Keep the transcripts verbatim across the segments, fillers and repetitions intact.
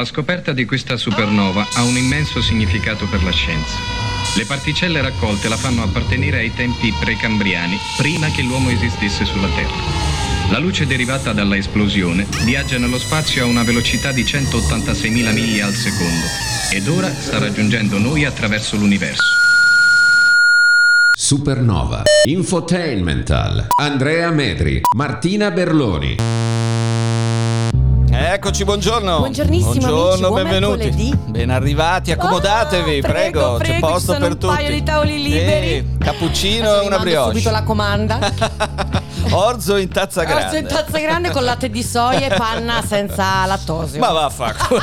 La scoperta di questa supernova ha un immenso significato per la scienza. Le particelle raccolte la fanno appartenere ai tempi precambriani, prima che l'uomo esistesse sulla Terra. La luce derivata dalla esplosione viaggia nello spazio a una velocità di centottantaseimila miglia al secondo ed ora sta raggiungendo noi attraverso l'universo. Supernova Infotainmental. Andrea Medri, Martina Berloni. Eccoci, buongiorno. Buongiornissimo, buongiorno, amici, buon benvenuti. mercoledì. Ben arrivati, accomodatevi, Oh, prego, prego, c'è prego, posto ci sono per un tutti. paio di tavoli liberi. Sì, cappuccino Adesso e vi una mando brioche. subito la comanda. Orzo in tazza grande. Orzo in tazza grande con latte di soia e panna senza lattosio. Ma vaffanculo.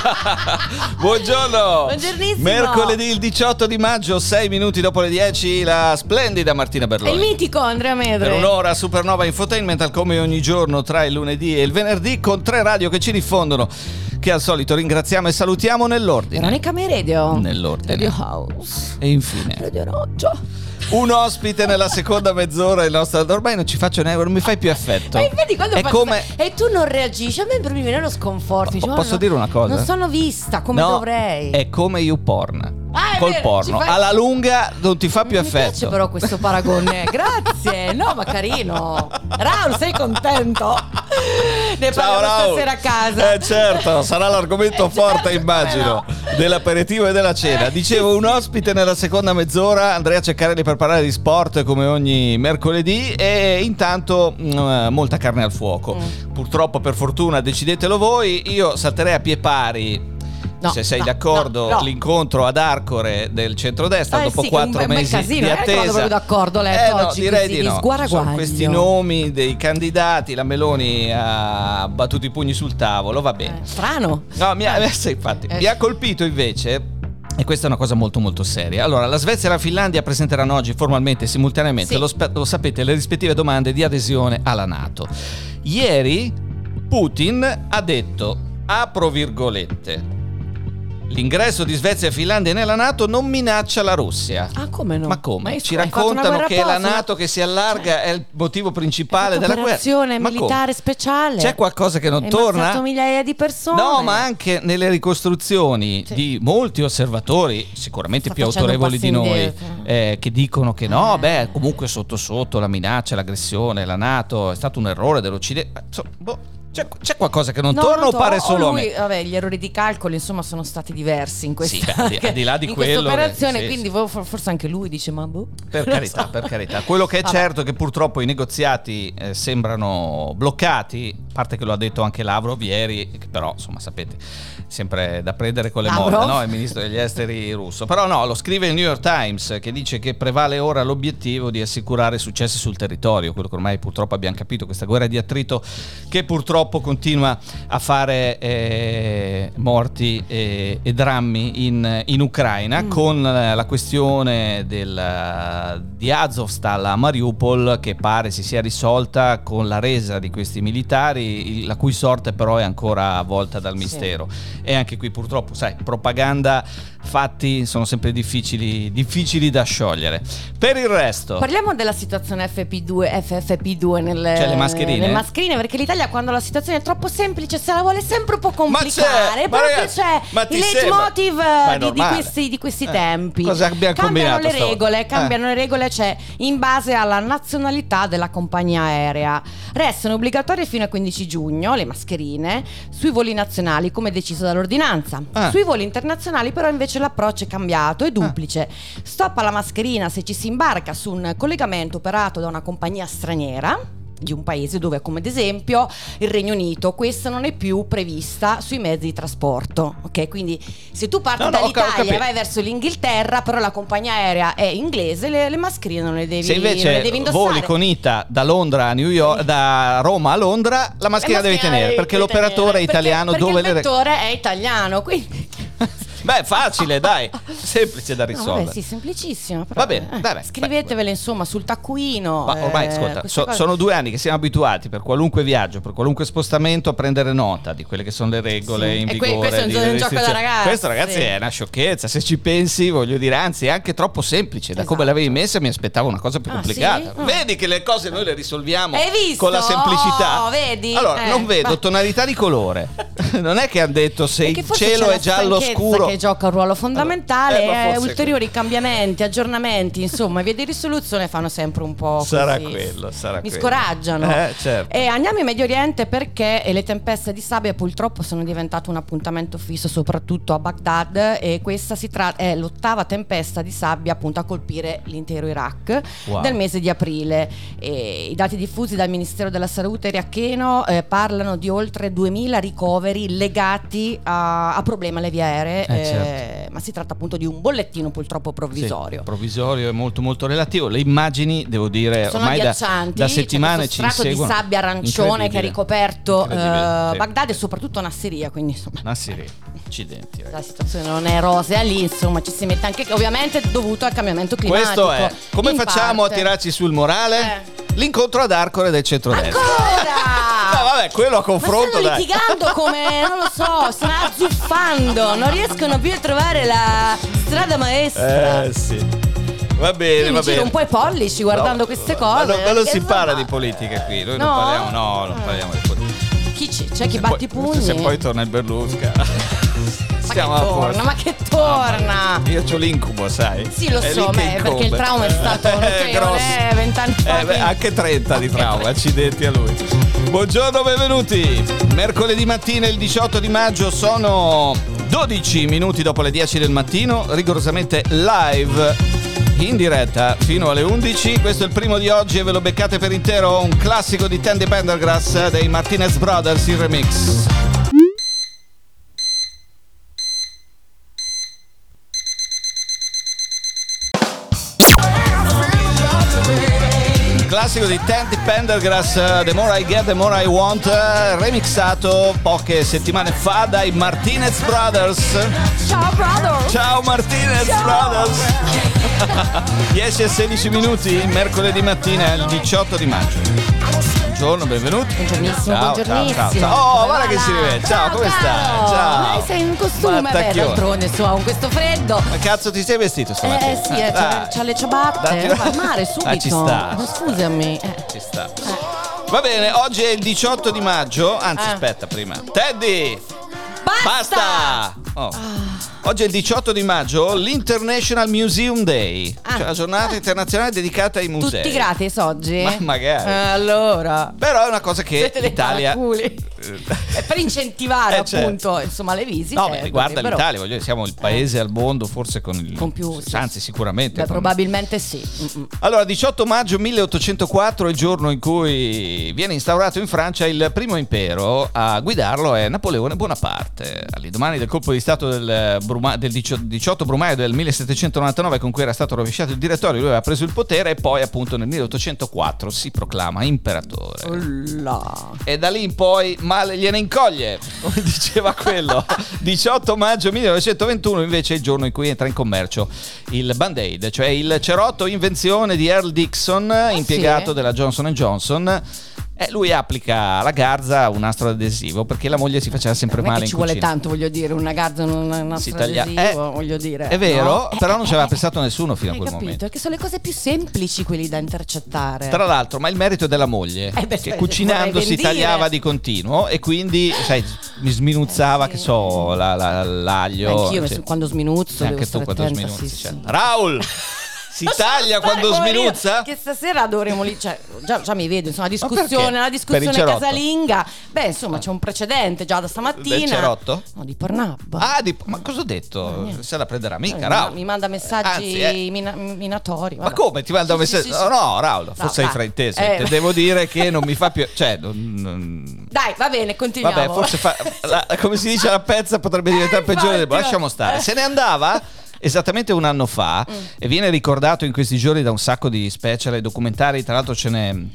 Buongiorno. Buongiornissimo. Mercoledì il diciotto di maggio, sei minuti dopo le dieci, la splendida Martina E Berloni. il mitico Andrea Medre. Per un'ora Supernova Infotainmental come ogni giorno tra il lunedì e il venerdì con tre radio che ci diffondono, che al solito ringraziamo e salutiamo nell'ordine. Veronica Meredio. Nell'ordine. Radio House. E infine Radio Roggio. un ospite nella seconda mezz'ora, il nostro. Ormai non ci faccio neanche, non mi fai più effetto. E vedi quando è faccio- come E tu non reagisci. A me per mi viene lo sconforto. Dici, Posso "Oh, no, dire una cosa? Non sono vista come no, dovrei. è come YouPorn. Ah, è Col vero, porno ci fai- alla lunga non ti fa più Mi effetto. piace però questo paragone. Grazie. No, ma carino. Raul, sei contento? Ne Ciao parliamo Raul. stasera a casa. Eh certo, sarà l'argomento Eh, forte, certo, immagino, come no. dell'aperitivo e della cena. Dicevo, un ospite nella seconda mezz'ora, Andrea Ceccarelli per parlare di sport come ogni mercoledì, e intanto mh, molta carne al fuoco. Mm. Purtroppo, per fortuna, decidetelo voi, io salterei a pie pari. No, Se sei no, d'accordo, no, no. l'incontro ad Arcore del centrodestra Eh dopo sì, quattro un bel mesi casino, di non è che vado attesa. proprio d'accordo, ho letto eh no, oggi direi così, di no. sguarraguaglio. Sono questi nomi dei candidati, la Meloni ha battuto i pugni sul tavolo, va bene. Eh, strano. No, mi ha, eh, sì, infatti, Eh. mi ha colpito invece. E questa è una cosa molto molto seria. Allora, la Svezia e la Finlandia presenteranno oggi formalmente e simultaneamente, Sì. lo, spe- lo sapete, le rispettive domande di adesione alla NATO. Ieri Putin ha detto, apro virgolette, l'ingresso di Svezia e Finlandia nella NATO non minaccia la Russia. Ah, come no? Ma come? Ma Ci hai fatto una raccontano guerra che la apposta? NATO che si allarga è il motivo principale Hai fatto della guerra. operazione Ma militare come? speciale. C'è qualcosa che non Hai torna? ammazzato migliaia di persone. No, ma anche nelle ricostruzioni Sì. di molti osservatori, sicuramente Sta più facendo autorevoli di passi noi, indietro. eh, che dicono che no, Eh. beh, comunque sotto sotto la minaccia, l'aggressione, la NATO è stato un errore dell'Occidente. Eh, insomma, boh, c'è, c'è qualcosa che non No, torna non o pare to- solo lui, a me? Vabbè, gli errori di calcolo insomma sono stati diversi in questa, Sì, al di- al di là di in quello questa operazione, che- sì, quindi vo- forse anche lui dice ma boh. Per Non carità, so. per carità. Quello che è Vabbè. certo è che purtroppo i negoziati eh, sembrano bloccati, a parte che lo ha detto anche Lavrov ieri, che però insomma sapete, sempre da prendere con le Lavrov? molle, no? Il ministro degli esteri russo. Però no, lo scrive il New York Times, che dice che prevale ora l'obiettivo di assicurare successi sul territorio, quello che ormai purtroppo abbiamo capito, questa guerra di attrito che purtroppo continua a fare eh, morti e, e drammi in, in Ucraina, Mm. con eh, la questione del, di Azovstal a Mariupol, che pare si sia risolta con la resa di questi militari, il- la cui sorte però è ancora avvolta dal Sì. mistero. E anche qui purtroppo, sai, propaganda, fatti sono sempre difficili, difficili da sciogliere. Per il resto, Parliamo della situazione F P due, F F P due nelle, Cioè le mascherine? nelle mascherine, perché l'Italia quando la situazione è troppo semplice se la vuole sempre un po' Ma complicare. c'è, ma Proprio ragazzi, c'è ma ti il sembra? leitmotiv Ma è eh, di, di normale. questi, di questi Eh, tempi. cosa abbiamo Cambiano combinato le stavolta? regole, cambiano Eh. le regole, cioè in base alla nazionalità della compagnia aerea. Restano obbligatorie fino al quindici giugno le mascherine sui voli nazionali, come deciso dall'ordinanza. Ah. Sui voli internazionali però invece l'approccio è cambiato, è duplice. Stop alla mascherina se ci si imbarca su un collegamento operato da una compagnia straniera di un paese dove, come ad esempio il Regno Unito, questa non è più prevista sui mezzi di trasporto, ok? Quindi se tu parti No, no, ho ca- ho dall'Italia e capito. vai verso l'Inghilterra, però la compagnia aerea è inglese, le, le mascherine non le devi, se non le invece devi indossare. voli con I T A da Londra a New York, da Roma a Londra, la mascherina Le devi mascherine tenere devi perché tenere, l'operatore è perché- italiano. perché Dove il le vettore è italiano, quindi Beh, facile, dai, semplice da risolvere. No, vabbè, sì, semplicissimo. Però, Va bene, eh, dai, dai, scrivetevele beh, insomma sul taccuino. Ma ormai, eh, ascolta, so- cose... sono due anni che siamo abituati per qualunque viaggio, per qualunque spostamento a prendere nota di quelle che sono le regole Sì. in E vigore. que- questo è un di- gioco- un delle gioco da restrizioni. ragazzi. Questo, ragazzi, è una sciocchezza. Se ci pensi, voglio dire, anzi, è anche troppo semplice. Da come Esatto. l'avevi messa, mi aspettavo una cosa più Ah, complicata. sì? Oh. Vedi che le cose noi le risolviamo Hai visto? con la semplicità. Oh, vedi? Allora, Eh, non vedo va. tonalità di colore. Non è che hanno detto se Perché il forse cielo c'è è la giallo stanchezza scuro. che gioca un ruolo fondamentale Allora, eh, ma e forse è ulteriori cambiamenti, aggiornamenti, insomma, vie di risoluzione fanno sempre un po' Sarà così. quello, sarà Mi quello. scoraggiano. Eh, certo. E andiamo in Medio Oriente perché le tempeste di sabbia purtroppo sono diventate un appuntamento fisso soprattutto a Baghdad, e questa si tra- è l'ottava tempesta di sabbia appunto a colpire l'intero Iraq Wow. del mese di aprile. E i dati diffusi dal Ministero della Salute iracheno eh, parlano di oltre duemila ricoveri legati a, a problemi alle vie aeree, Eh, eh, certo. ma si tratta appunto di un bollettino purtroppo provvisorio. Sì, provvisorio è molto molto relativo. Le immagini, devo dire, Sono ormai da, agghiaccianti, da settimane c'è ci questo strato di seguono. sabbia arancione che ha Incredibile. ricoperto Incredibile, eh, sì. Baghdad e soprattutto Nassiriya, quindi insomma Ah, sì, accidenti, la ragazzi. situazione non è rosea lì, insomma ci si mette anche ovviamente dovuto al cambiamento climatico. Questo è. Come in facciamo parte. a tirarci sul morale? Eh. L'incontro ad Arcore del centrodestra. Ancora! No, vabbè, quello a Ma confronto, stanno dai. litigando come, non lo so, stanno azzuffando, non riescono più a trovare la strada maestra. Eh, sì. Va bene, Io va mi giro bene. un po' i pollici guardando No, queste ma cose. non, ma non si perché, parla insomma, di politica qui. Noi No? non parliamo, no, non parliamo di politica. Chi c'è? C'è chi Se batte i poi- pugni? Se poi torna il Berlusca. Ma che Stiamo a torna, posto. ma che torna? Mamma mia, io c'ho l'incubo, sai? Sì, lo È so, lì che beh, perché il incombe. trauma è stato Eh, notevole, grosso. vent'anni fa. Eh, beh, anche trenta di Anche trauma, trenta. accidenti a lui. Buongiorno, benvenuti. Mercoledì mattina, il diciotto di maggio, sono dodici minuti dopo le dieci del mattino, rigorosamente live, in diretta fino alle undici. Questo è il primo di oggi e ve lo beccate per intero, un classico di Tandy Pendergrass dei Martinez Brothers in remix. Classico di Tandy Pendergrass, The More I Get, The More I Want, remixato poche settimane fa dai Martinez Brothers. Ciao, brother! Ciao Martinez Brothers! dieci e sedici minuti, mercoledì mattina, il diciotto di maggio. Buongiorno, benvenuti. Buongiornissimo, Ciao, buongiornissimo. ciao, ciao. Oh, Come guarda va che si là? rivede. Ciao, come stai? Ciao. Eh, sei in costume, beh, Mattacchione. d'altronde, insomma, con questo freddo. Ma cazzo ti sei vestito stamattina? Eh sì, eh, c'ha, Dai. c'ha le ciabatte, Datti- va al mare subito. Ah, ci sta. Ma scusami. Eh. Ci sta. Va bene, oggi è il diciotto di maggio. Anzi, Eh. aspetta prima. Teddy! Basta! Basta! Oh. Oggi è il diciotto di maggio, l'International Museum Day, Ah. cioè la giornata internazionale dedicata ai musei. Tutti gratis oggi? Ma magari. Eh, allora. Però è una cosa che Siete dei l'Italia... paraculi. E per incentivare Eh, certo. appunto insomma le visite. No, beh, riguarda però- l'Italia, voglio dire, siamo il paese al mondo forse con il... Con più, sì. Anzi, sicuramente. Beh, con- probabilmente sì. Mm-mm. Allora, diciotto maggio milleottocentoquattro è il giorno in cui viene instaurato in Francia il primo impero. A guidarlo è Napoleone Bonaparte. All'indomani del colpo di stato del, Bruma- del diciotto Brumaio del millesettecentonovantanove, con cui era stato rovesciato il direttorio, lui aveva preso il potere e poi appunto nel milleottocentoquattro si proclama imperatore. Ulla. E da lì in poi male gliene incoglie, come diceva quello. diciotto maggio millenovecentoventuno invece è il giorno in cui entra in commercio il Band-Aid, cioè il cerotto invenzione di Earl Dixon, impiegato sì? della Johnson and Johnson. E lui applica alla garza un nastro adesivo perché la moglie si faceva sempre Non è male che in ci vuole cucina. tanto, voglio dire, una garza, un Si nastro taglia- adesivo, Eh, voglio dire. È vero, no? però non ci aveva Eh, pensato nessuno fino a Hai quel capito? momento. Perché sono le cose più semplici quelli da intercettare. Tra l'altro, ma il merito è della moglie, Eh beh, che cioè, cucinando vorrei si ben dire. tagliava di continuo e quindi, sai, mi sminuzzava, Eh, sì. che so, la- la- l'aglio. Anch'io sì. quando sminuzzo devo Anche tu stare quando attenta, sminuzzi. sì, cioè. sì. Raul! Si taglia quando Stare con sminuzza? io, Che stasera dovremo lì, cioè, già, già mi vedo, insomma, la perché? discussione, la Per il discussione cerotto? casalinga. Beh, insomma, c'è un precedente già da stamattina. Del cerotto? No, di Pornhub. Ah, di- ma cosa ho detto? niente. Se la prenderà Eh, mica, mi- Raul. Mi manda messaggi Anzi, eh. mina- minatori. Ma vabbè. come ti manda un Sì, sì, messaggio? sì, sì. Oh, no, Raul, forse hai dai. frainteso. Eh. Te devo dire che non mi fa più. Cioè, non- non- Dai, va bene, continuiamo. Vabbè, forse fa, la- come si dice, la pezza potrebbe diventare Eh, peggiore. infatti, Lasciamo stare. Se ne andava esattamente un anno fa Mm. e viene ricordato in questi giorni da un sacco di special e documentari. Tra l'altro ce n'è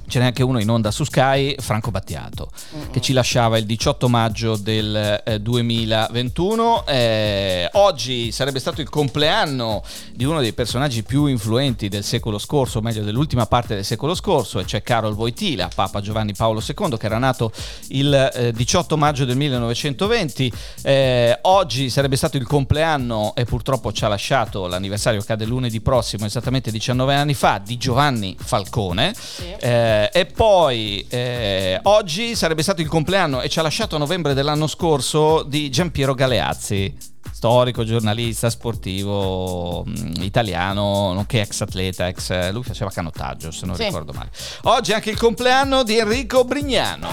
ce n'è anche uno in onda su Sky, Franco Battiato, mm-hmm. che ci lasciava il diciotto maggio del eh, duemilaventuno. Eh, oggi sarebbe stato il compleanno di uno dei personaggi più influenti del secolo scorso, o meglio dell'ultima parte del secolo scorso, e cioè Karol Wojtyla, Papa Giovanni Paolo secondo, che era nato il eh, diciotto maggio del millenovecentoventi. Eh, oggi sarebbe stato il compleanno, e purtroppo ci ha lasciato, l'anniversario cade lunedì prossimo, esattamente diciannove anni fa, di Giovanni Falcone. Sì. Eh, e poi eh, oggi sarebbe stato il compleanno, e ci ha lasciato a novembre dell'anno scorso, di Giampiero Galeazzi, storico, giornalista sportivo mh, italiano, nonché ex atleta, ex, lui faceva canottaggio se non sì. ricordo male. Oggi è anche il compleanno di Enrico Brignano,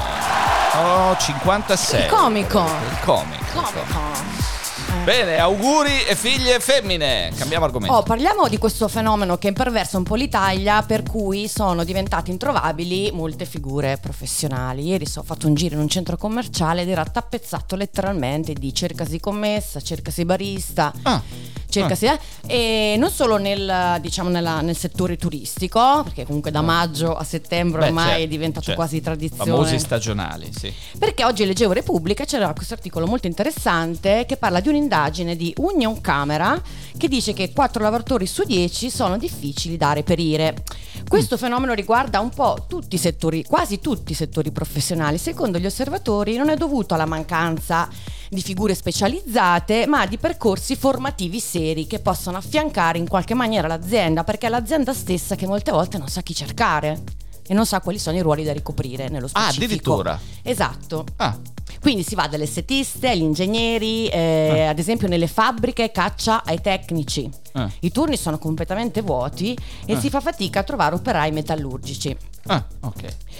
oh, cinquantasei. Il comico. Il comico. Il comico. Bene, auguri e figlie femmine. Cambiamo argomento. Oh, parliamo di questo fenomeno che imperversa un po' l'Italia, per cui sono diventate introvabili molte figure professionali. Ieri so, ho fatto un giro in un centro commerciale ed era tappezzato letteralmente di cercasi commessa, cercasi barista, ah. cercasi ah. Eh, e non solo nel, diciamo, nella, nel settore turistico, perché comunque da maggio a settembre Beh, ormai certo, è diventato certo. quasi tradizione. Famosi stagionali, sì. Perché oggi leggevo Repubblica e c'era questo articolo molto interessante che parla di un'indagine di Union Camera che dice che quattro lavoratori su dieci sono difficili da reperire. Questo mm. fenomeno riguarda un po' tutti i settori, quasi tutti i settori professionali. Secondo gli osservatori non è dovuto alla mancanza di figure specializzate, ma di percorsi formativi seri che possono affiancare in qualche maniera l'azienda, perché è l'azienda stessa che molte volte non sa chi cercare e non sa quali sono i ruoli da ricoprire nello specifico. Ah, addirittura? Esatto. Ah. Quindi si va dalle estetiste agli ingegneri, eh, ah. ad esempio nelle fabbriche caccia ai tecnici. Ah. I turni sono completamente vuoti e ah. si fa fatica a trovare operai metallurgici. Ah, ok.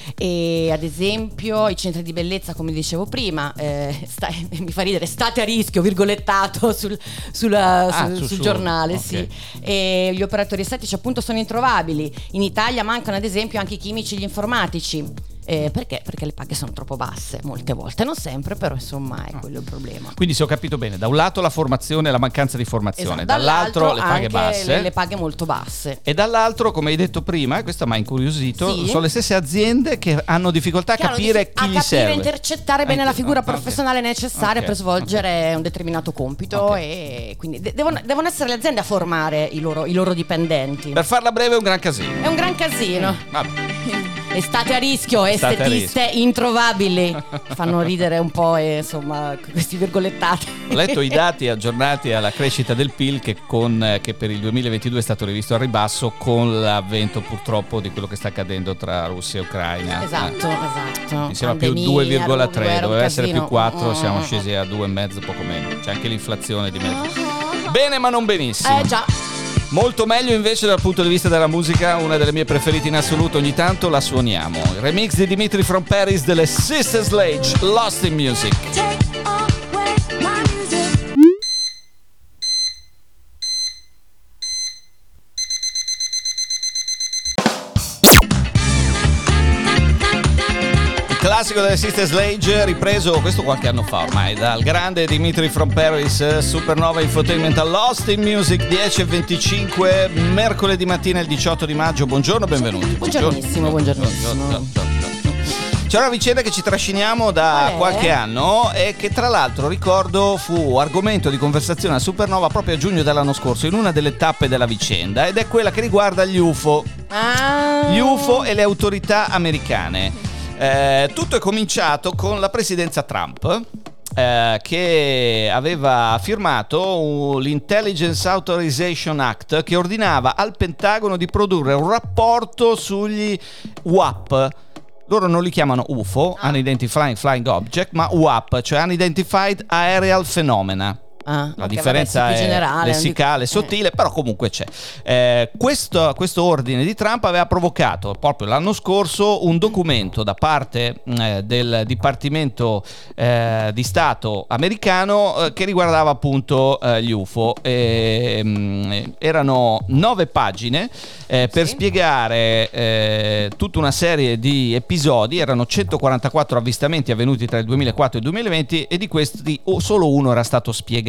E ad esempio i centri di bellezza, come dicevo prima, eh, sta, mi fa ridere, state a rischio, virgolettato sul, sulla, ah, sul, su, sul su. giornale, Okay. sì. E gli operatori estetici appunto sono introvabili. In Italia mancano ad esempio anche i chimici e gli informatici. Eh, perché? Perché le paghe sono troppo basse molte volte, non sempre, però insomma è quello il problema. Quindi se ho capito bene, da un lato la formazione e la mancanza di formazione, esatto, dall'altro, dall'altro le paghe basse le, le paghe molto basse, e dall'altro, come hai detto prima, e questa mi ha incuriosito, sì. sono le stesse aziende che hanno difficoltà a che capire dif- chi a gli capire, serve, intercettare bene ah, la figura ah, professionale okay. necessaria okay. per svolgere okay. un determinato compito, okay. e quindi de- devono, devono essere le aziende a formare i loro, i loro dipendenti. Per farla breve è un gran casino. È un gran casino. Vabbè. Estate a rischio, Estate estetiste a rischio. Introvabili. Fanno ridere un po', e insomma, questi virgolettati. Ho letto i dati aggiornati alla crescita del P I L che, con, che per il duemilaventidue è stato rivisto al ribasso con l'avvento purtroppo di quello che sta accadendo tra Russia e Ucraina. Esatto, eh. esatto. Mi sembra Pandemia, più due virgola tre, era un doveva essere casino. più quattro, Mm. siamo scesi a due virgola cinque, poco meno. C'è anche l'inflazione di mezzo. Bene, ma non benissimo. Eh già. Molto meglio invece dal punto di vista della musica, una delle mie preferite in assoluto, ogni tanto la suoniamo. Il remix di Dimitri from Paris delle Sister Sledge, Lost in Music. Classico delle Sister Sledge, ripreso questo qualche anno fa ormai dal grande Dimitri from Paris, Supernova Infotainment, Lost in Music, dieci e venticinque, mercoledì mattina il diciotto di maggio. Buongiorno, benvenuti. Buongiornissimo, buongiornissimo. C'è una vicenda che ci trasciniamo da qualche anno e che tra l'altro ricordo fu argomento di conversazione a Supernova proprio a giugno dell'anno scorso in una delle tappe della vicenda, ed è quella che riguarda gli U F O. Ah. Gli U F O e le autorità americane. Eh, tutto è cominciato con la presidenza Trump, eh, che aveva firmato l'Intelligence Authorization Act, che ordinava al Pentagono di produrre un rapporto sugli U A P. Loro non li chiamano U F O, ah. Unidentified Flying Object, ma U A P, cioè Unidentified Aerial Phenomena. Ah, la okay, differenza vabbè, è generale, lessicale, eh. sottile, però comunque c'è. Eh, questo, questo ordine di Trump aveva provocato proprio l'anno scorso un documento da parte eh, del Dipartimento eh, di Stato americano eh, che riguardava appunto eh, gli U F O. E, mh, erano nove pagine eh, per sì. spiegare eh, tutta una serie di episodi. Erano centoquarantaquattro avvistamenti avvenuti tra il duemilaquattro e il duemilaventi, e di questi solo uno era stato spiegato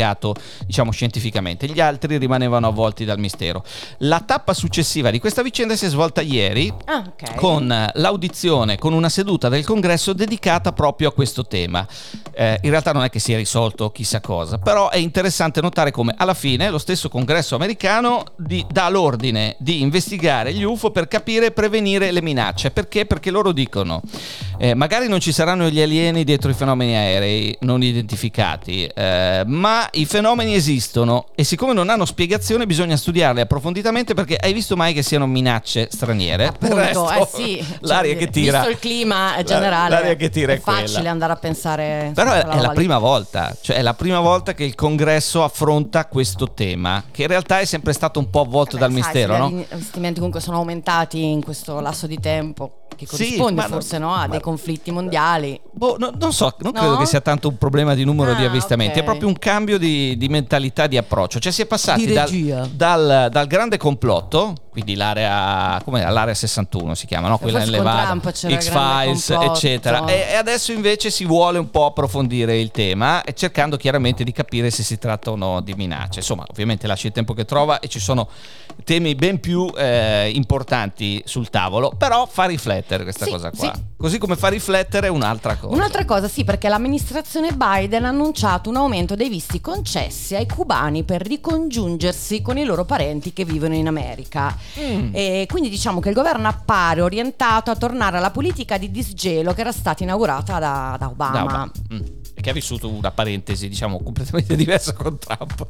spiegato, diciamo, scientificamente. Gli altri rimanevano avvolti dal mistero. La tappa successiva di questa vicenda si è svolta ieri ah, okay. con l'audizione, con una seduta del congresso dedicata proprio a questo tema. Eh, in realtà non è che si è risolto chissà cosa, però è interessante notare come alla fine lo stesso congresso americano di, dà l'ordine di investigare gli U F O per capire e prevenire le minacce. Perché? Perché loro dicono eh, magari non ci saranno gli alieni dietro i fenomeni aerei non identificati, eh, ma i fenomeni esistono e siccome non hanno spiegazione bisogna studiarli approfonditamente, perché hai visto mai che siano minacce straniere? Appunto, Per resto, eh sì, l'aria cioè, che tira, visto il clima generale, l'aria che tira è, è facile quella. andare a pensare. Però è, è la lì. prima volta, cioè è la prima volta che il congresso affronta questo tema, che in realtà è sempre stato un po' avvolto Vabbè, dal sai, mistero, se no? gli investimenti comunque sono aumentati in questo lasso di tempo, che corrisponde sì, forse no, no, a ma, dei conflitti mondiali. Boh, no, non so, non No? credo che sia tanto un problema di numero Ah, di avvistamenti, ok. è proprio un cambio di, di mentalità, di approccio. Cioè si è passati Di dal, regia. dal, dal grande complotto, quindi l'area, come l'area sessantuno si chiama, no? Quella in Forse con Nevada, Trump c'era il X-Files, grande complotto. eccetera. E, e adesso invece si vuole un po' approfondire il tema, e cercando chiaramente di capire se si tratta o no di minacce. Insomma, ovviamente lascia il tempo che trova e ci sono temi ben più eh, importanti sul tavolo, però fa riflettere questa Sì, cosa qua. sì. Così come fa riflettere un'altra cosa. Un'altra cosa, sì, perché l'amministrazione Biden ha annunciato un aumento dei visti concessi ai cubani per ricongiungersi con i loro parenti che vivono in America. Mm. E quindi diciamo che il governo appare orientato a tornare alla politica di disgelo che era stata inaugurata da, da Obama. Da Obama. Mm. E che ha vissuto una parentesi, diciamo, completamente diversa con Trump.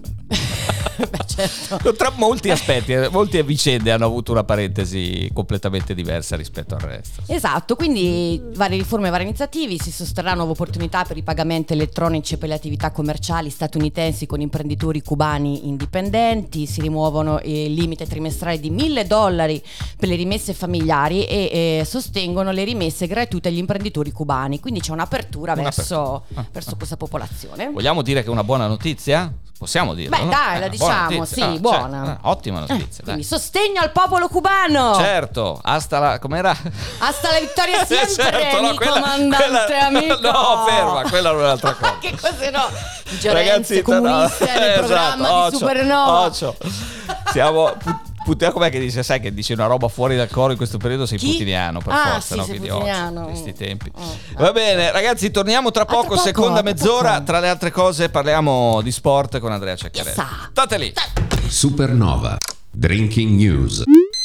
Beh, certo. Con Trump molti aspetti, eh, molte vicende hanno avuto una parentesi completamente diversa rispetto al resto. Esatto, quindi varie riforme, vari iniziativi, si sosterranno nuove opportunità per i pagamenti elettronici e per le attività commerciali statunitensi con imprenditori cubani indipendenti, si rimuovono il limite trimestrale di mille dollari per le rimesse familiari e eh, sostengono le rimesse gratuite agli imprenditori cubani, quindi c'è un'apertura, Un'apertura. verso, Ah, verso ah. questa popolazione. Vogliamo dire che è una buona notizia? Possiamo dirlo? Beh, no? dai, Eh, la una buona diciamo, notizia. sì, Ah, buona. certo. Ah, ottima notizia. Quindi dai. sostegno al popolo cubano. Certo, hasta la com'era? Hasta la vittoria sempre, Certo, no, mi quella- comandante quella- amico. No, ferma, quella non è un'altra cosa. Che cose no? Ingerenze Ragazzi, comuniste no, nel esatto, programma occio, di Supernova. occio. Siamo pu- puttana, com'è che dice, sai che dice una roba fuori dal coro in questo periodo, sei Chi? putiniano per Ah, forza, sì, no? sei Quindi putiniano. occhio, questi tempi. Oh. Va bene, ragazzi, torniamo tra tra poco, poco, seconda tra mezz'ora, poco. tra le altre cose parliamo di sport con Andrea Ceccarelli. Chissà. State lì. Supernova. Drinking News.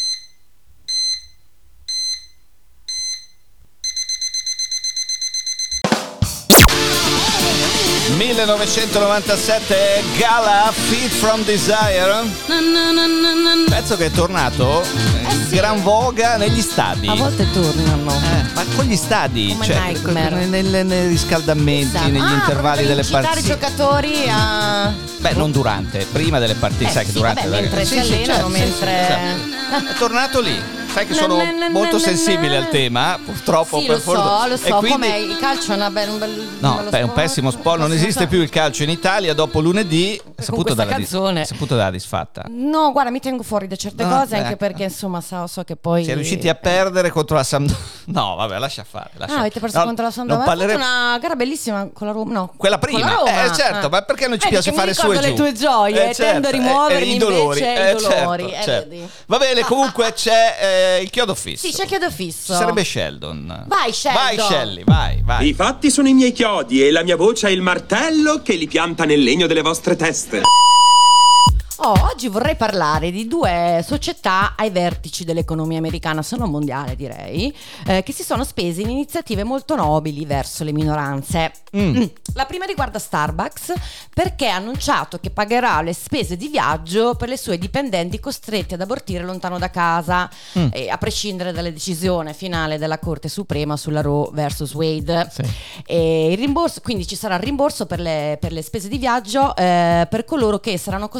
millenovecentonovantasette Gala, Feed from Desire, pezzo che è tornato in sì. gran voga negli stadi. A volte tornano. Eh, ma con gli stadi, Come cioè Nightmare. nei, nei- nei riscaldamenti, Esatto. negli Ah, intervalli proprio per delle incitare partite. i giocatori a... Beh, non durante, prima delle partite, Eh, sai che sì, durante vabbè, mentre si allenano, mentre- certo. È tornato lì. Sai che Na, sono na, na, molto na, sensibile na. al tema, purtroppo. Sì, per lo so, fortuna. lo E so, quindi- com'è? Il calcio è una be- un bel... No, bello beh, è un sport. pessimo sport, non esiste più il calcio in Italia dopo lunedì. È saputo questa dalla, dis- canzone. è saputo dalla disfatta. No, guarda, mi tengo fuori da certe Ah, cose, beh. anche perché insomma so, so che poi... Si è riusciti a perdere contro la Sampdoria. No, vabbè, lascia fare. Lascia... Ah, avete perso No, contro la Sampdoria? non Ma avete parleremo- fatto una gara bellissima con la Roma? No. Quella prima, Con la Roma. eh certo, Ah. ma perché non ci Eh, piace perché fare mi su e ricordo giù? le tue gioie, Eh, tendo a certo, rimuovermi eh, i dolori, invece eh, i dolori, certo, eh, certo. vedi. Va bene, comunque c'è eh, il chiodo fisso. Sì, c'è chiodo fisso. Ci sarebbe Sheldon. Vai, Sheldon. Vai, Shelly, vai, vai. I fatti sono i miei chiodi e la mia voce è il martello che li pianta nel legno delle vostre teste. Oh, oggi vorrei parlare di due società ai vertici dell'economia americana, se non mondiale direi, eh, che si sono spese in iniziative molto nobili verso le minoranze. Mm. La prima riguarda Starbucks, perché ha annunciato che pagherà le spese di viaggio per le sue dipendenti costretti ad abortire lontano da casa, Mm. eh, a prescindere dalla decisione finale della Corte Suprema sulla Roe versus Wade. Sì. E il rimborso, quindi ci sarà il rimborso per le, per le spese di viaggio eh, per coloro che saranno costretti ad allontanarsi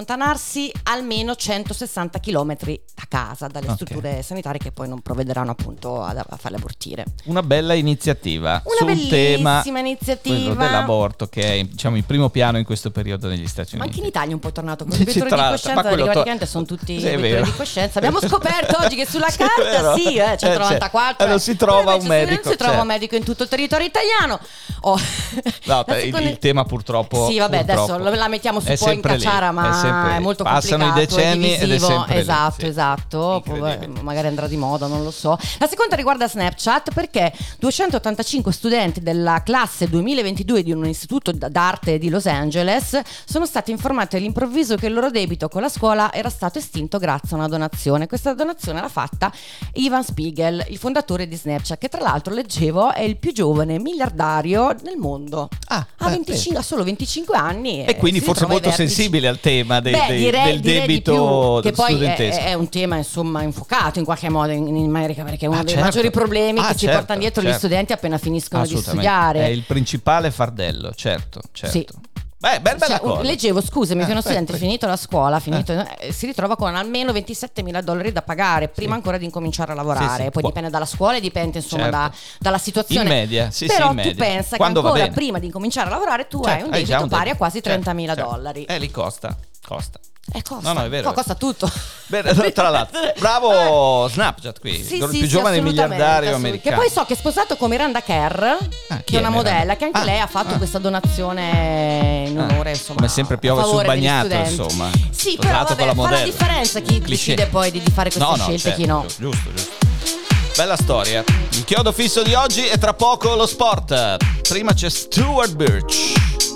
allontanarsi almeno centosessanta chilometri da casa, dalle Okay. strutture sanitarie che poi non provvederanno appunto a, a fare le abortire. Una bella iniziativa Una sul bellissima tema iniziativa. quello dell'aborto, che è, diciamo, in primo piano in questo periodo negli Stati Ma Uniti. anche in Italia un po' è tornato con Ci l'obiettivo di tratta, coscienza, ma perché quello to- praticamente sono tutti Sì, è obiettori vero. di coscienza. Abbiamo scoperto oggi che sulla Sì, è carta vero. sì, eh, centonovantaquattro Eh, non si trova invece un medico, non si trova certo. un medico in tutto il territorio italiano. Oh. No, La il, seconda- il tema purtroppo. Sì, vabbè, purtroppo adesso la mettiamo su è un po' in sempre lì, cacciara, ma è, sempre è, lì. molto Passano complicato, i decenni è ed è divisivo. sempre lì, esatto, sì. esatto. Poi, Incredibile. magari andrà di moda, non lo so. La seconda riguarda Snapchat, perché duecentottantacinque studenti della classe duemilaventidue di un istituto d'arte di Los Angeles sono stati informati all'improvviso che il loro debito con la scuola era stato estinto grazie a una donazione. Questa donazione l'ha fatta Ivan Spiegel, il fondatore di Snapchat, che tra l'altro leggevo è il più giovane miliardario nel mondo. Ah, ha, eh, venticinque, ha solo venticinque anni E quindi si forse ritrova ai molto vertici. sensibile al tema dei- Beh, dei- direi- del direi di debito più, che poi studentesco. è, è un tema insomma infocato in qualche modo in, in America, perché è uno Ah, dei certo. maggiori problemi Ah, che si certo, portano dietro certo. gli studenti appena finiscono di Assolutamente. studiare. È il principale fardello, certo, certo. Sì. Beh, bella, bella Cioè, un- cosa. leggevo, scusami, Eh, che uno prego, studente prego. finito la scuola finito, eh, si ritrova con almeno ventisettemila dollari da pagare prima ancora di incominciare a lavorare. Sì, sì. Poi Può- dipende dalla scuola e dipende insomma Certo. da- dalla situazione. In media, sì, sì, Però in tu media. pensa Quando che va ancora bene. prima di incominciare a lavorare tu Certo, hai un hai già debito un pari debito. a quasi Certo, trentamila certo. dollari. Eh, lì costa, costa. Eh, costa. No, no, è vero. Co- costa tutto. Bene, tra l'altro, bravo Snapchat qui, Sì, il sì, più sì, giovane assolutamente, miliardario assolutamente. americano. Che poi so che è sposato con Miranda Kerr, Ah, chi che è è una Miranda? modella, che anche Ah, lei ha fatto ah. questa donazione in Ah, onore, insomma, come sempre piove a sul favore degli bagnato, studenti. insomma. Sì, Sposato però con vabbè, la fa la modella. differenza chi Cliché. decide poi di, di fare queste No, no, scelte e certo, chi no. giusto, giusto, giusto. Bella storia. Il chiodo fisso di oggi e tra poco lo sport. Prima c'è Stuart Birch,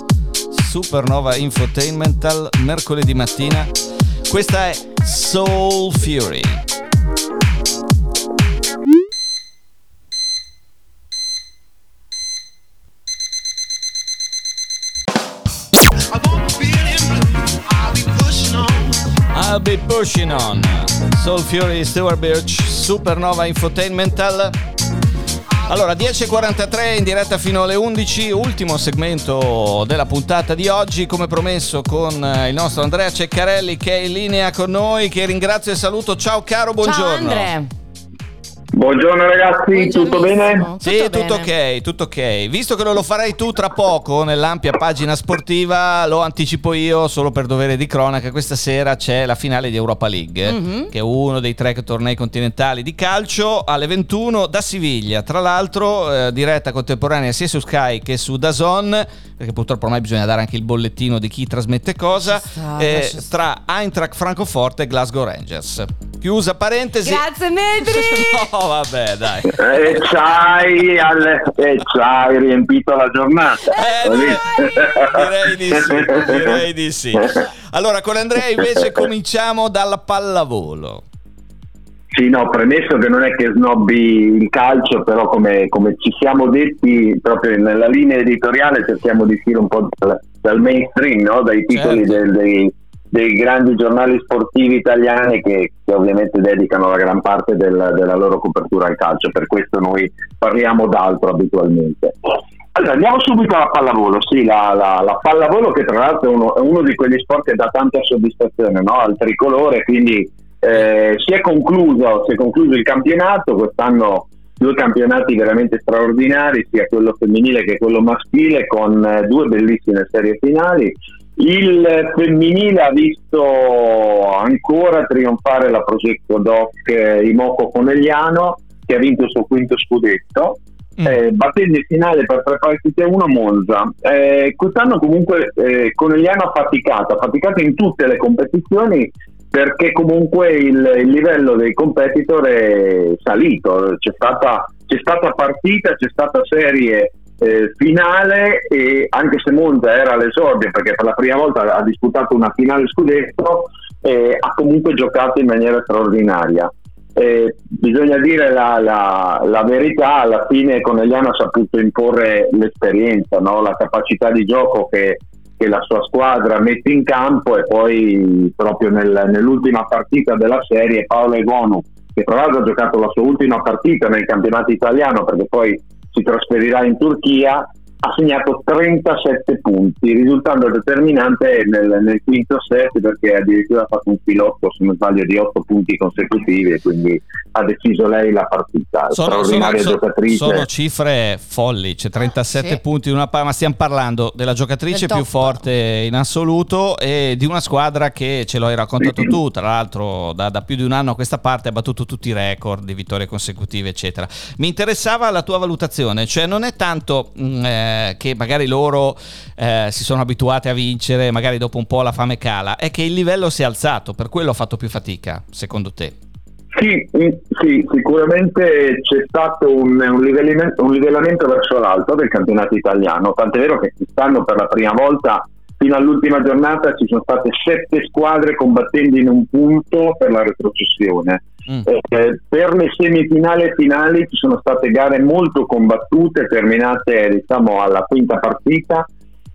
Supernova Infotainmental, mercoledì mattina. Questa è Soul Fury. I'll be pushing on. Soul Fury, Stuart Birch, Supernova Infotainmental. Allora, dieci e quarantatré in diretta fino alle undici, ultimo segmento della puntata di oggi, come promesso con eh, il nostro Andrea Ceccarelli che è in linea con noi, che ringrazio e saluto. Ciao caro, buongiorno. Ciao Andre. Buongiorno ragazzi, tutto bene? Buongiornissimo. Sì, tutto, tutto bene. ok, tutto ok. Visto che lo farai tu tra poco nell'ampia pagina sportiva, lo anticipo io solo per dovere di cronaca. Questa sera c'è la finale di Europa League, Mhm. che è uno dei tre tornei continentali di calcio, alle ventuno da Siviglia. Tra l'altro, eh, diretta contemporanea sia su Sky che su DAZN, perché purtroppo ormai bisogna dare anche il bollettino di chi trasmette cosa, Ci sta, eh, lascia stare. tra Eintracht Francoforte e Glasgow Rangers. Chiusa parentesi. Grazie Nedri. No, vabbè, dai. E c'hai, al- e c'hai riempito la giornata. Eh, direi, direi di sì, direi di sì. Allora, con Andrea invece cominciamo dalla pallavolo. Sì, no, premesso che non è che snobbi il calcio, però come, come ci siamo detti proprio nella linea editoriale cerchiamo di uscire un po' dal, dal mainstream, no? Dai titoli Certo. del- dei, dei grandi giornali sportivi italiani che, che ovviamente dedicano la gran parte del- della loro copertura al calcio, per questo noi parliamo d'altro abitualmente. Allora, andiamo subito alla pallavolo. Sì, la, la, la pallavolo che tra l'altro è uno, è uno di quegli sport che dà tanta soddisfazione, no? Al tricolore, quindi eh, si è concluso si è concluso il campionato. Quest'anno due campionati veramente straordinari, sia quello femminile che quello maschile, con eh, due bellissime serie finali. Il femminile ha visto ancora trionfare la Progetto Doc eh, Imoco Conegliano, che ha vinto il suo quinto scudetto, Mm. eh, battendo in finale per tre partite a uno Monza. Eh, quest'anno comunque eh, Conegliano ha faticato, ha faticato in tutte le competizioni, perché comunque il, il livello dei competitor è salito. C'è stata, c'è stata partita, c'è stata serie eh, finale, e anche se Monza era all'esordio perché per la prima volta ha disputato una finale scudetto, eh, ha comunque giocato in maniera straordinaria. Eh, bisogna dire la, la, la verità, alla fine Conegliano ha saputo imporre l'esperienza, no? La capacità di gioco che, che la sua squadra mette in campo, e poi proprio nel, nell'ultima partita della serie Paolo Egonu, che tra l'altro ha giocato la sua ultima partita nel campionato italiano perché poi si trasferirà in Turchia, ha segnato trentasette punti, risultando determinante nel, nel quinto set, perché addirittura ha fatto un filotto, se non sbaglio, di otto punti consecutivi, e quindi ha deciso lei la partita. Sono, straordinaria sono, giocatrice. Sono cifre folli, c'è trentasette sì. punti in una pa- ma stiamo parlando della giocatrice Del più top. forte in assoluto e di una squadra che, ce l'hai raccontato tu, tra l'altro da, da più di un anno a questa parte ha battuto tutti i record di vittorie consecutive, eccetera. Mi interessava la tua valutazione, cioè non è tanto mh, eh, che magari loro eh, si sono abituate a vincere, magari dopo un po' la fame cala, è che il livello si è alzato, per quello ho fatto più fatica, secondo te? Sì, sì, sicuramente c'è stato un, un, livellamento, un livellamento verso l'alto del campionato italiano, tant'è vero che quest'anno per la prima volta fino all'ultima giornata ci sono state sette squadre combattendo in un punto per la retrocessione. Mm. Eh, per le semifinali e finali ci sono state gare molto combattute, terminate diciamo alla quinta partita,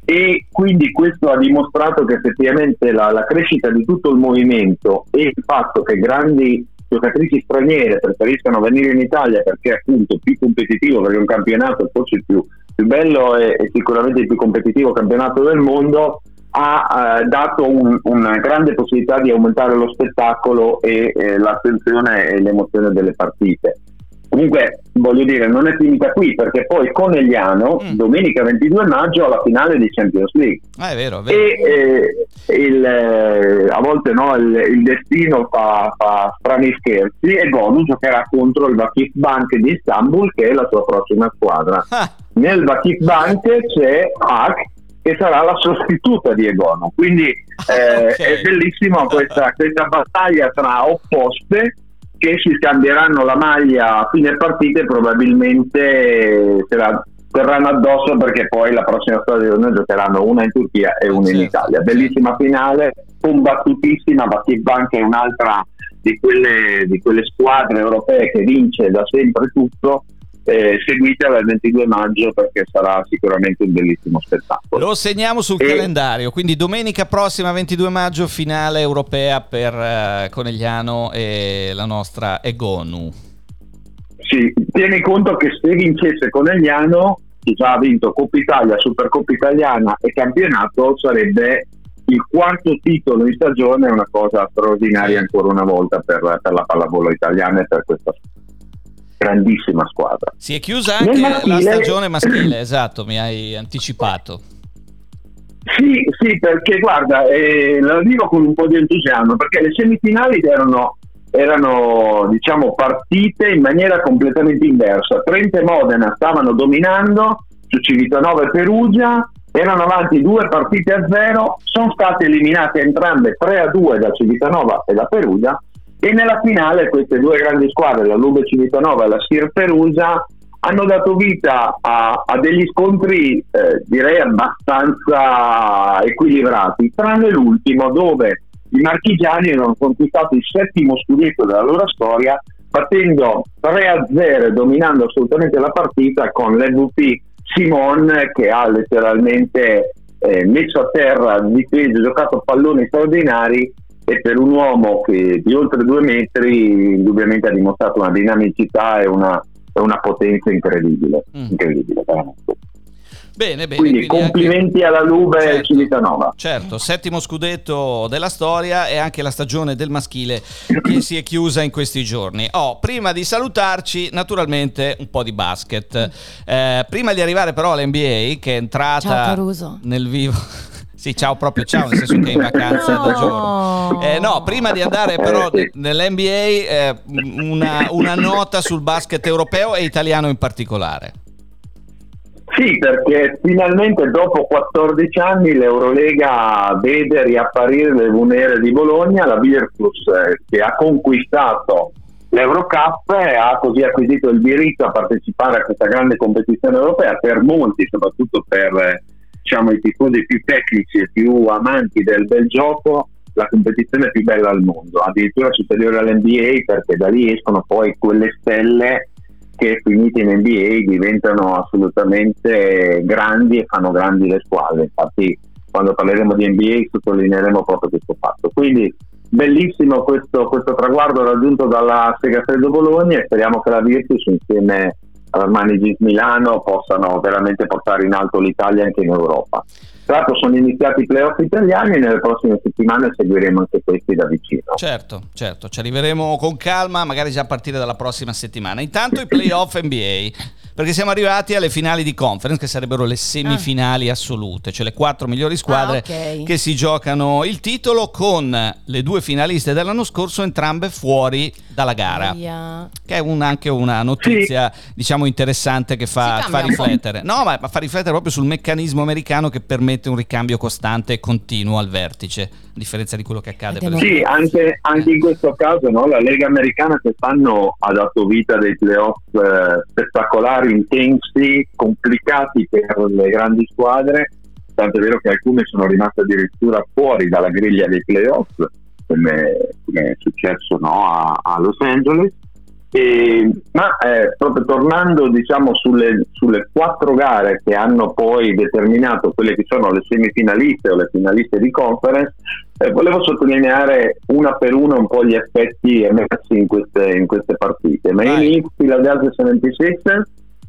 e quindi questo ha dimostrato che effettivamente la, la crescita di tutto il movimento e il fatto che grandi giocatrici straniere preferiscano venire in Italia perché è appunto più competitivo, perché è un campionato forse il più, più bello e, e sicuramente il più competitivo campionato del mondo, ha eh, dato un, una grande possibilità di aumentare lo spettacolo e eh, l'attenzione e l'emozione delle partite. Comunque voglio dire, non è finita qui, perché poi Conegliano mm. domenica ventidue maggio alla finale di Champions League. Ah, è vero, è vero. E eh, il, eh, a volte no, il, il destino fa, fa strani scherzi, e Gonu giocherà contro il Vakif Bank di Istanbul, che è la sua prossima squadra. Ah. Nel Vakif Bank c'è Hak, che sarà la sostituta di Egonu, quindi eh, okay. È bellissima questa, questa battaglia tra opposte che si scambieranno la maglia a fine partita e probabilmente se la terranno addosso, perché poi la prossima stagione giocheranno una in Turchia e una in Italia. Bellissima finale, combattutissima. Vakif Bank è un'altra di quelle, di quelle squadre europee che vince da sempre tutto. Eh, seguitela il ventidue maggio, perché sarà sicuramente un bellissimo spettacolo. Lo segniamo sul e... calendario, quindi domenica prossima ventidue maggio finale europea per uh, Conegliano e la nostra Egonu. Sì, tieni conto che se vincesse Conegliano, che già ha vinto Coppa Italia, Supercoppa Italiana e campionato, sarebbe il quarto titolo in stagione, una cosa straordinaria ancora una volta per, per la pallavolo italiana e per questa grandissima squadra. Si è chiusa anche maschile, la stagione maschile, esatto, mi hai anticipato. Sì, sì, perché guarda, eh, lo dico con un po' di entusiasmo, perché le semifinali erano, erano diciamo partite in maniera completamente inversa. Trento e Modena stavano dominando su Civitanova e Perugia, erano avanti due partite a zero, sono state eliminate entrambe tre a due da Civitanova e da Perugia, e nella finale queste due grandi squadre, la Lube Civitanova e la Sir Perugia, hanno dato vita a, a degli scontri eh, direi abbastanza equilibrati, tranne l'ultimo, dove i marchigiani hanno conquistato il settimo scudetto della loro storia, battendo tre a zero e dominando assolutamente la partita, con l'M V P Simon che ha letteralmente eh, messo a terra, difeso, giocato palloni straordinari, e per un uomo che di oltre due metri indubbiamente ha dimostrato una dinamicità e una, una potenza incredibile, mm. incredibile veramente. Bene, bene. Quindi, quindi complimenti anche alla Lube, certo, Civitanova. Certo, settimo scudetto della storia e anche la stagione del maschile che si è chiusa in questi giorni. Oh, prima di salutarci, naturalmente un po' di basket. Eh, prima di arrivare però all'N B A, che è entrata ciao, Caruso. nel vivo. Sì, ciao, proprio ciao, nel senso che è in vacanza no. da giorno. Eh, no, prima di andare però nell'N B A, eh, una, una nota sul basket europeo e italiano in particolare. Sì, perché finalmente dopo quattordici anni l'Eurolega vede riapparire le Venere di Bologna, la Virtus eh, che ha conquistato l'Eurocup e ha così acquisito il diritto a partecipare a questa grande competizione europea. Per molti, soprattutto per eh, diciamo i tifosi più tecnici e più amanti del bel gioco, la competizione più bella al mondo, addirittura superiore all'N B A, perché da lì escono poi quelle stelle che finite in N B A diventano assolutamente grandi e fanno grandi le squadre. Infatti quando parleremo di N B A sottolineeremo proprio questo fatto. Quindi bellissimo questo, questo traguardo raggiunto dalla Segafredo Bologna, e speriamo che la Virtus insieme Armani Jeans Milano possano veramente portare in alto l'Italia anche in Europa. Tra l'altro sono iniziati i playoff italiani e nelle prossime settimane seguiremo anche questi da vicino. Certo, certo, ci arriveremo con calma, magari già a partire dalla prossima settimana. Intanto i playoff N B A, perché siamo arrivati alle finali di conference, che sarebbero le semifinali ah. assolute, cioè le quattro migliori squadre ah, okay. che si giocano il titolo, con le due finaliste dell'anno scorso entrambe fuori dalla gara, yeah. che è un, anche una notizia sì. diciamo interessante, che fa, fa riflettere no ma, ma fa riflettere proprio sul meccanismo americano che permette un ricambio costante e continuo al vertice, a differenza di quello che accade per sì, anche, anche in questo caso, no, la Lega Americana quest'anno ha dato vita a dei playoff eh, spettacolari, intensi, complicati per le grandi squadre, tanto è vero che alcune sono rimaste addirittura fuori dalla griglia dei playoff, come, come è successo, no, a, a Los Angeles. E, ma eh, proprio tornando diciamo sulle, sulle quattro gare che hanno poi determinato quelle che sono le semifinaliste o le finaliste di conference, eh, volevo sottolineare una per una un po' gli effetti emersi in queste, in queste partite. Miami Heat, Philadelphia settantasei,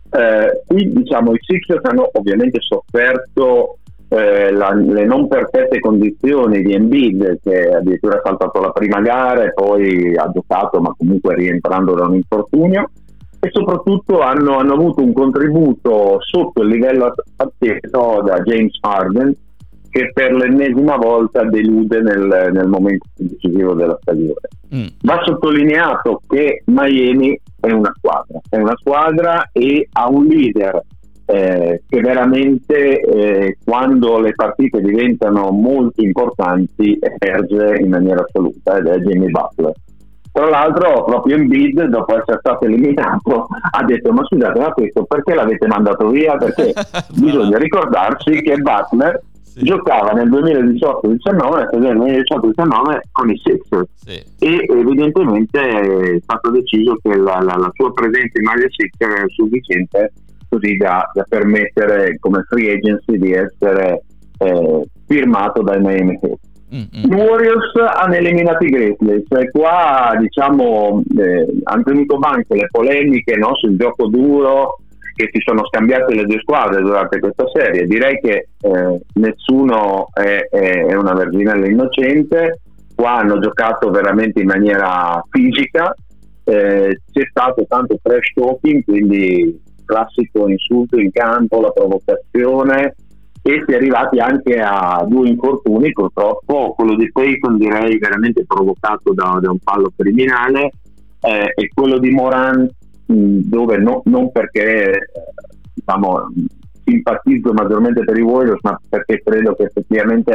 eh, qui diciamo i Sixers hanno ovviamente sofferto Eh, la, le non perfette condizioni di Embiid, che addirittura ha saltato la prima gara e poi ha giocato, ma comunque rientrando da un infortunio, e soprattutto hanno, hanno avuto un contributo sotto il livello atteso da James Harden, che per l'ennesima volta delude nel, nel momento decisivo della stagione. Mm. Va sottolineato che Miami è una squadra, è una squadra e ha un leader Eh, che veramente eh, quando le partite diventano molto importanti emerge in maniera assoluta, ed è Jimmy Butler. Tra l'altro proprio Embiid, dopo essere stato eliminato, ha detto: ma scusate, ma questo perché l'avete mandato via? Perché bisogna ricordarsi che Butler sì. giocava nel duemiladiciotto diciannove, nel duemiladiciotto diciannove con i Sixers sì. e evidentemente è stato deciso che la, la, la sua presenza in maglia Sixers era sufficiente così da, da permettere come free agency di essere eh, firmato dai Miami Heat. Mm-hmm. I Warriors hanno eliminato i Grizzlies e qua diciamo eh, hanno tenuto banco le polemiche, no, sul gioco duro che si sono scambiate le due squadre durante questa serie. Direi che eh, nessuno è, è, è una verginella innocente. Qua hanno giocato veramente in maniera fisica, eh, c'è stato tanto trash talking, quindi classico insulto in campo, la provocazione, e si è arrivati anche a due infortuni, purtroppo quello di Payton direi veramente provocato da, da un fallo criminale, eh, e quello di Morant mh, dove no, non perché eh, diciamo simpatizzo maggiormente per i Warriors, ma perché credo che effettivamente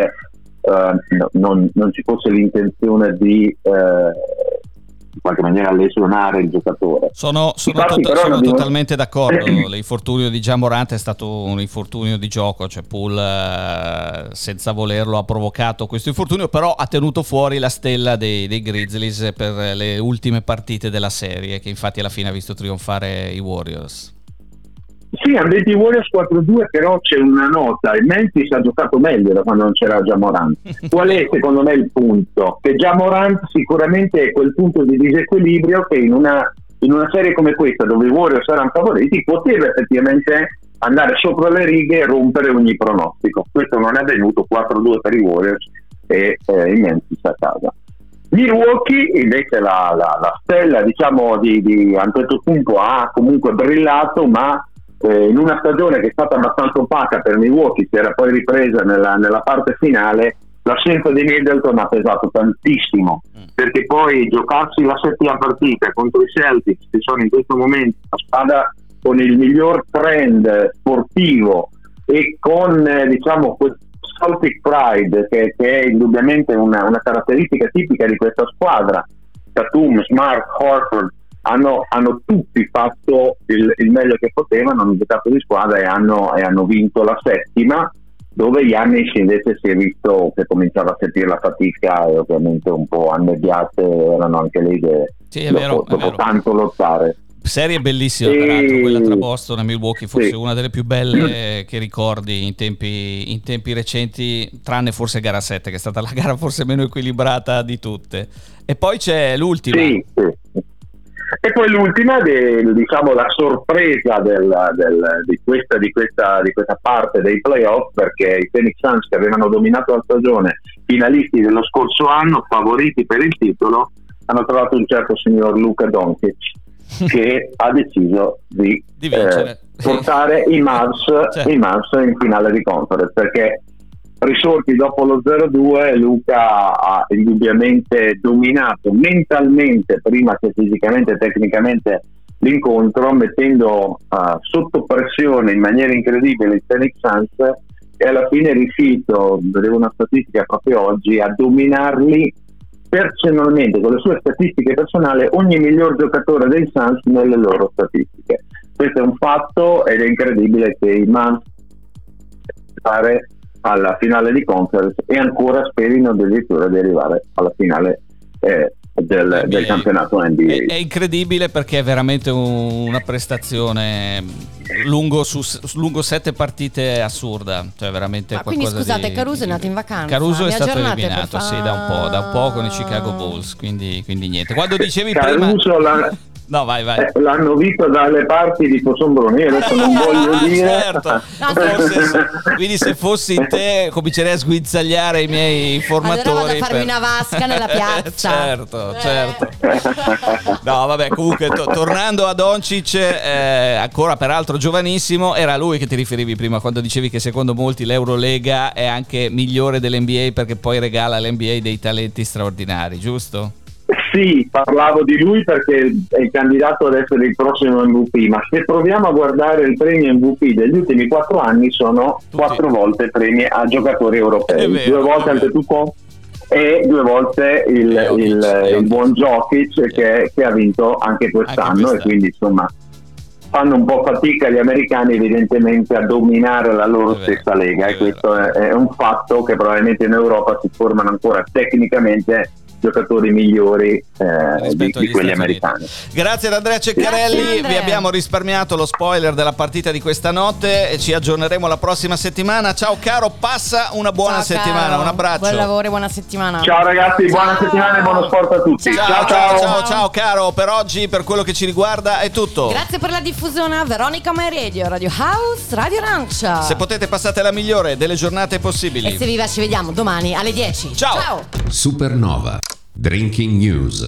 eh, no, non, non ci fosse l'intenzione di eh, in qualche maniera lesionare il giocatore. Sono, sono, Infatti, to- sono totalmente d'accordo. L'infortunio di Ja Morant è stato un infortunio di gioco, cioè Poole eh, senza volerlo ha provocato questo infortunio, però ha tenuto fuori la stella dei, dei Grizzlies per le ultime partite della serie, che infatti alla fine ha visto trionfare i Warriors. Sì, hanno detto i Warriors quattro due, però c'è una nota: il Memphis ha giocato meglio da quando non c'era Ja Morant. Qual è secondo me il punto? Che Ja Morant sicuramente è quel punto di disequilibrio che in una, in una serie come questa, dove i Warriors erano favoriti, poteva effettivamente andare sopra le righe e rompere ogni pronostico. Questo non è avvenuto, quattro due per i Warriors e eh, i Memphis a casa. Milwaukee invece la, la, la stella diciamo di, di Antetokounmpo ha comunque brillato, ma Eh, in una stagione che è stata abbastanza opaca per Milwaukee, si era poi ripresa nella, nella parte finale, l'assenza di Middleton ha pesato tantissimo, mm. perché poi giocarsi la settima partita contro i Celtics, che sono in questo momento la squadra con il miglior trend sportivo e con eh, diciamo questo Celtic Pride che, che è indubbiamente una, una caratteristica tipica di questa squadra, Tatum, Smart, Horford, Hanno, hanno tutti fatto il, il meglio che potevano, hanno giocato di squadra e hanno, e hanno vinto la settima, dove Giannis invece si è visto che cominciava a sentire la fatica e ovviamente un po' annebbiate erano anche lì che sì, è dopo, vero, dopo è vero. tanto lottare. Serie bellissima e... peraltro quella tra Boston e Milwaukee, forse sì. una delle più belle che ricordi in tempi, in tempi recenti, tranne forse gara sette, che è stata la gara forse meno equilibrata di tutte. E poi c'è l'ultima. Sì, sì. E poi l'ultima, de, diciamo la sorpresa del, del, di, questa, di, questa, di questa parte dei playoff, perché i Phoenix Suns, che avevano dominato la stagione, finalisti dello scorso anno, favoriti per il titolo, hanno trovato un certo signor Luka Doncic che ha deciso di, di vincere. Eh, portare i Mavs, certo. i Mavs in finale di conference, perché risorti dopo lo zero due Luka ha indubbiamente dominato mentalmente prima che fisicamente e tecnicamente l'incontro, mettendo uh, sotto pressione in maniera incredibile il Phoenix Suns, e alla fine è riuscito, vedevo una statistica proprio oggi, a dominarli personalmente con le sue statistiche personali ogni miglior giocatore dei Suns nelle loro statistiche. Questo è un fatto ed è incredibile che i Mavs fare alla finale di conference e ancora sperino addirittura di arrivare alla finale eh, del, del campionato N B A. È, è incredibile perché è veramente un, una prestazione lungo su lungo sette partite assurda, cioè veramente. Ma qualcosa quindi scusate, di, Caruso è nato in vacanza? Caruso è stato aggiornate, eliminato, sì, da un po', da un po' con i Chicago Bulls, quindi, quindi niente. Quando dicevi Caruso prima la... No, vai, vai. Eh, l'hanno visto dalle parti di Fosombroni, adesso non voglio dire. Certo. No, forse se, quindi se fossi te comincerei a sguizzagliare i miei informatori. Allora vado a farmi per... una vasca nella piazza. certo, certo. No, vabbè, comunque to- tornando a Doncic, eh, ancora peraltro giovanissimo, era a lui che ti riferivi prima quando dicevi che secondo molti l'Eurolega è anche migliore dell'N B A perché poi regala all'N B A dei talenti straordinari, giusto? Sì, parlavo di lui perché è il candidato ad essere il prossimo M V P, ma se proviamo a guardare il premio M V P degli ultimi quattro anni sono Tutti. quattro volte premi a giocatori europei, vero, due volte Antetokounmpo e due volte il, Jokic, il, Jokic. il buon Jokic che, che ha vinto anche quest'anno, anche quest'anno, e quindi insomma fanno un po' fatica gli americani evidentemente a dominare la loro è stessa vero, lega, e questo è, è un fatto che probabilmente in Europa si formano ancora tecnicamente giocatori migliori eh, di, di quelli americani. Grazie ad Andrea Ceccarelli. Grazie, Andrea. Vi abbiamo risparmiato lo spoiler della partita di questa notte e ci aggiorneremo la prossima settimana. Ciao caro, passa una buona ciao, settimana, caro. Un abbraccio. Buon lavoro e buona settimana. Ciao ragazzi, ciao. buona settimana e buono sport a tutti. Ciao ciao, ciao ciao ciao caro, per oggi, per quello che ci riguarda è tutto. Grazie per la diffusione a Veronica My Radio, Radio House, Radio Arancia. Se potete passate la migliore delle giornate possibili. E se vi va ci vediamo domani alle dieci. Ciao. Ciao. Supernova Drinking News.